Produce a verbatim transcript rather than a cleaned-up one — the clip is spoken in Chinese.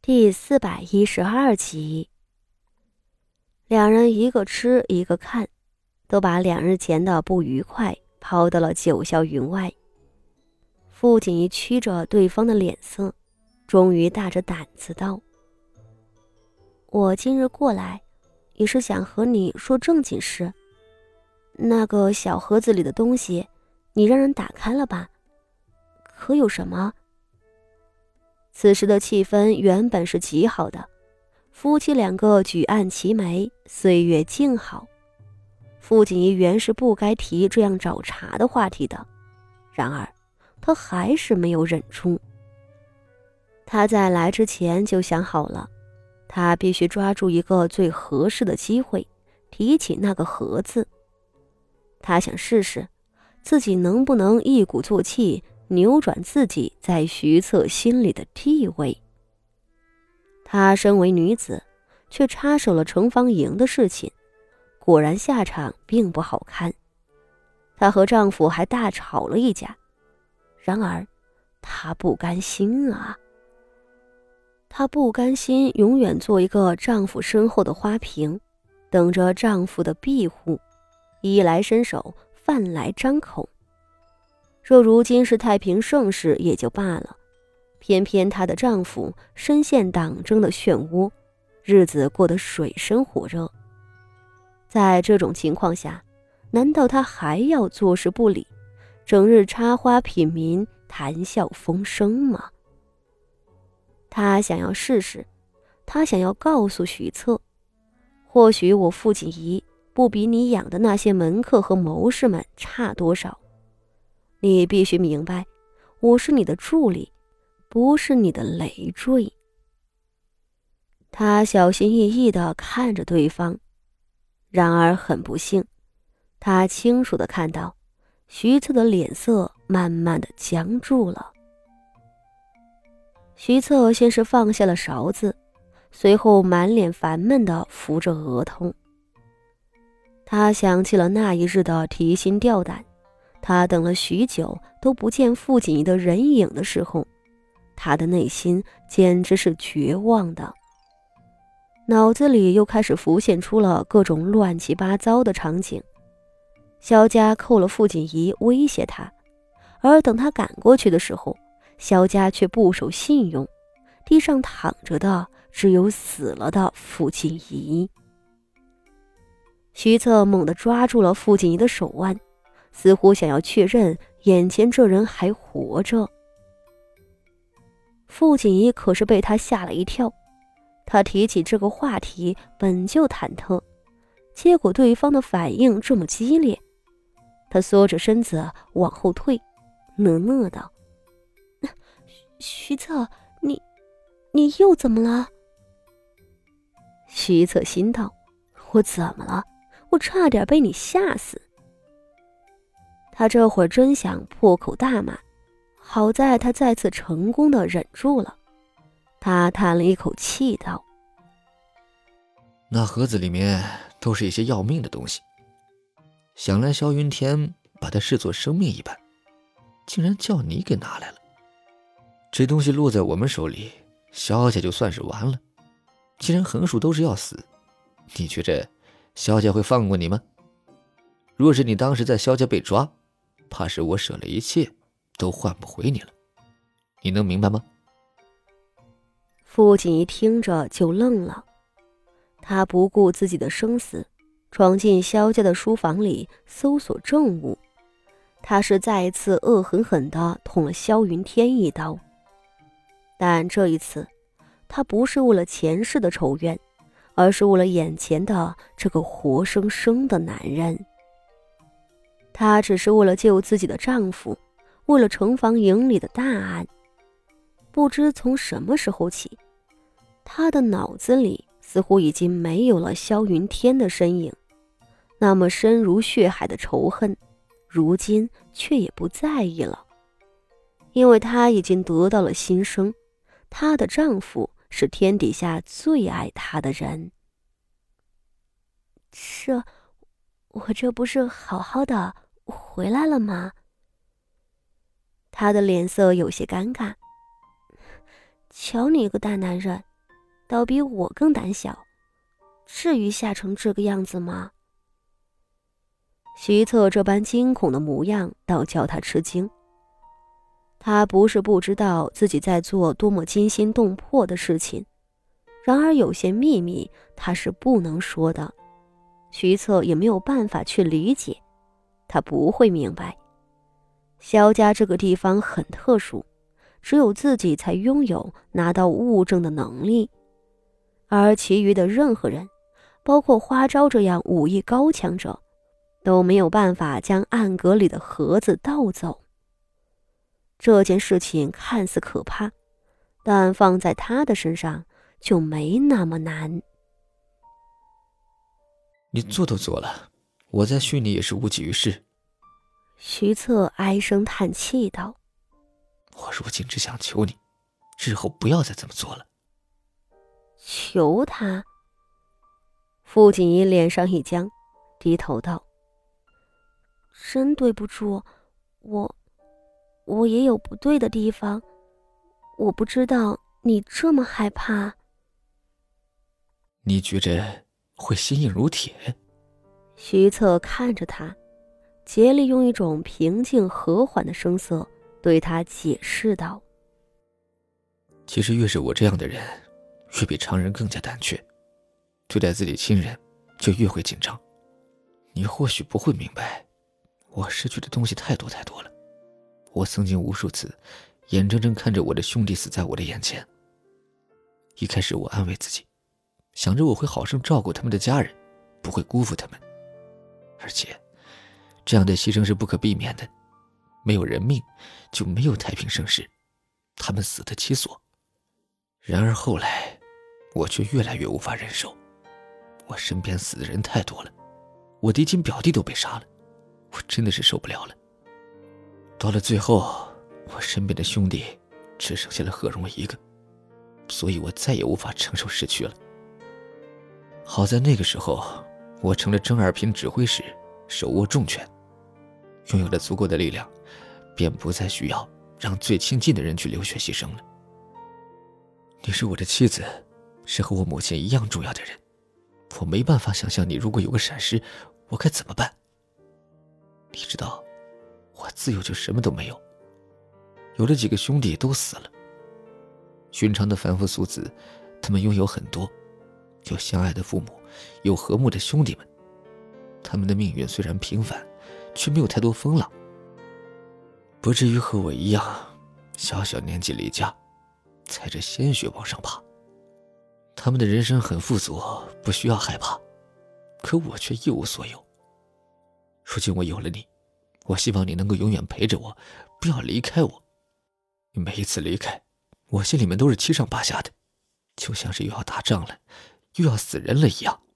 第四百一十二集。两人一个吃一个看，都把两日前的不愉快抛到了九霄云外。傅锦衣屈着对方的脸色，终于大着胆子道：我今日过来也是想和你说正经事。那个小盒子里的东西你让人打开了吧？可有什么？此时的气氛原本是极好的，夫妻两个举案齐眉，岁月静好。傅锦衣原是不该提这样找茬的话题的，然而他还是没有忍住。他在来之前就想好了，他必须抓住一个最合适的机会，提起那个盒子。他想试试自己能不能一鼓作气扭转自己在徐策心里的地位。她身为女子，却插手了城防营的事情，果然下场并不好看。她和丈夫还大吵了一架，然而她不甘心啊。她不甘心永远做一个丈夫身后的花瓶，等着丈夫的庇护，衣来伸手，饭来张口。若如今是太平盛世也就罢了，偏偏她的丈夫深陷党争的漩涡，日子过得水深火热。在这种情况下，难道她还要坐视不理，整日插花品茗，谈笑风生吗？她想要试试，她想要告诉徐策，或许我傅锦衣不比你养的那些门客和谋士们差多少。你必须明白，我是你的助力，不是你的累赘。他小心翼翼地看着对方，然而很不幸，他清楚地看到徐策的脸色慢慢地僵住了。徐策先是放下了勺子，随后满脸烦闷地扶着额头。他想起了那一日的提心吊胆，他等了许久都不见傅锦衣的人影的时候，他的内心简直是绝望的。脑子里又开始浮现出了各种乱七八糟的场景。萧家扣了傅锦衣，威胁他，而等他赶过去的时候，萧家却不守信用，地上躺着的只有死了的傅锦衣。徐策猛地抓住了傅锦衣的手腕，似乎想要确认眼前这人还活着。傅锦衣可是被他吓了一跳，他提起这个话题本就忐忑，结果对方的反应这么激烈，他缩着身子往后退，讷讷道：徐策，你你又怎么了？徐策心道：我怎么了？我差点被你吓死。他这会儿真想破口大骂，好在他再次成功的忍住了。他叹了一口气道： 那盒子里面都是一些要命的东西，想来萧云天把它视作生命一般，竟然叫你给拿来了。这东西落在我们手里，萧家就算是完了。既然横竖都是要死，你觉着萧家会放过你吗？若是你当时在萧家被抓，怕是我舍了一切都换不回你了，你能明白吗？ 傅锦衣听着就愣了，他不顾自己的生死，闯进萧家的书房里搜索证物，他是再一次恶狠狠地捅了萧云天一刀。但这一次他不是为了前世的仇怨，而是为了眼前的这个活生生的男人。她只是为了救自己的丈夫，为了城防营里的大案。不知从什么时候起，她的脑子里似乎已经没有了萧云天的身影，那么深如血海的仇恨，如今却也不在意了，因为她已经得到了新生，她的丈夫是天底下最爱她的人。这，我这不是好好的回来了吗？他的脸色有些尴尬。瞧你个大男人， 倒比我更胆小，至于吓成这个样子吗？徐策这般惊恐的模样倒叫他吃惊。他不是不知道自己在做多么惊心动魄的事情，然而有些秘密他是不能说的，徐策也没有办法去理解，他不会明白。萧家这个地方很特殊，只有自己才拥有拿到物证的能力，而其余的任何人，包括花昭这样武艺高强者，都没有办法将暗格里的盒子盗走。这件事情看似可怕，但放在他的身上就没那么难。 你做都做了，我再训你也是无济于事。 徐策唉声叹气道： 我如今只想求你，日后不要再这么做了。 求他？傅锦衣脸上一僵，低头道：真对不住，我我也有不对的地方，我不知道你这么害怕。 你觉着会心硬如铁？ 徐策看着他，竭力用一种平静和缓的声色对他解释道： 其实越是我这样的人，越比常人更加胆怯，对待自己亲人就越会紧张。你或许不会明白，我失去的东西太多太多了。我曾经无数次眼睁睁看着我的兄弟死在我的眼前。一开始我安慰自己，想着我会好生照顾他们的家人，不会辜负他们。而且这样的牺牲是不可避免的，没有人命就没有太平盛世，他们死得其所。然而后来我却越来越无法忍受，我身边死的人太多了，我嫡亲表弟都被杀了，我真的是受不了了。到了最后，我身边的兄弟只剩下了贺荣一个，所以我再也无法承受失去了。好在那个时候我成了正二品指挥使，手握重权，拥有了足够的力量，便不再需要让最亲近的人去流血牺牲了。你是我的妻子，是和我母亲一样重要的人，我没办法想象你如果有个闪失，我该怎么办。你知道，我自幼就什么都没有，有了几个兄弟都死了。寻常的凡夫俗子，他们拥有很多，有相爱的父母，有和睦的兄弟们，他们的命运虽然平凡，却没有太多风浪，不至于和我一样小小年纪离家，踩着鲜血往上爬。他们的人生很富足，不需要害怕，可我却一无所有。如今我有了你，我希望你能够永远陪着我，不要离开我。你每一次离开，我心里面都是七上八下的，就像是又要打仗了，又要死人了一样。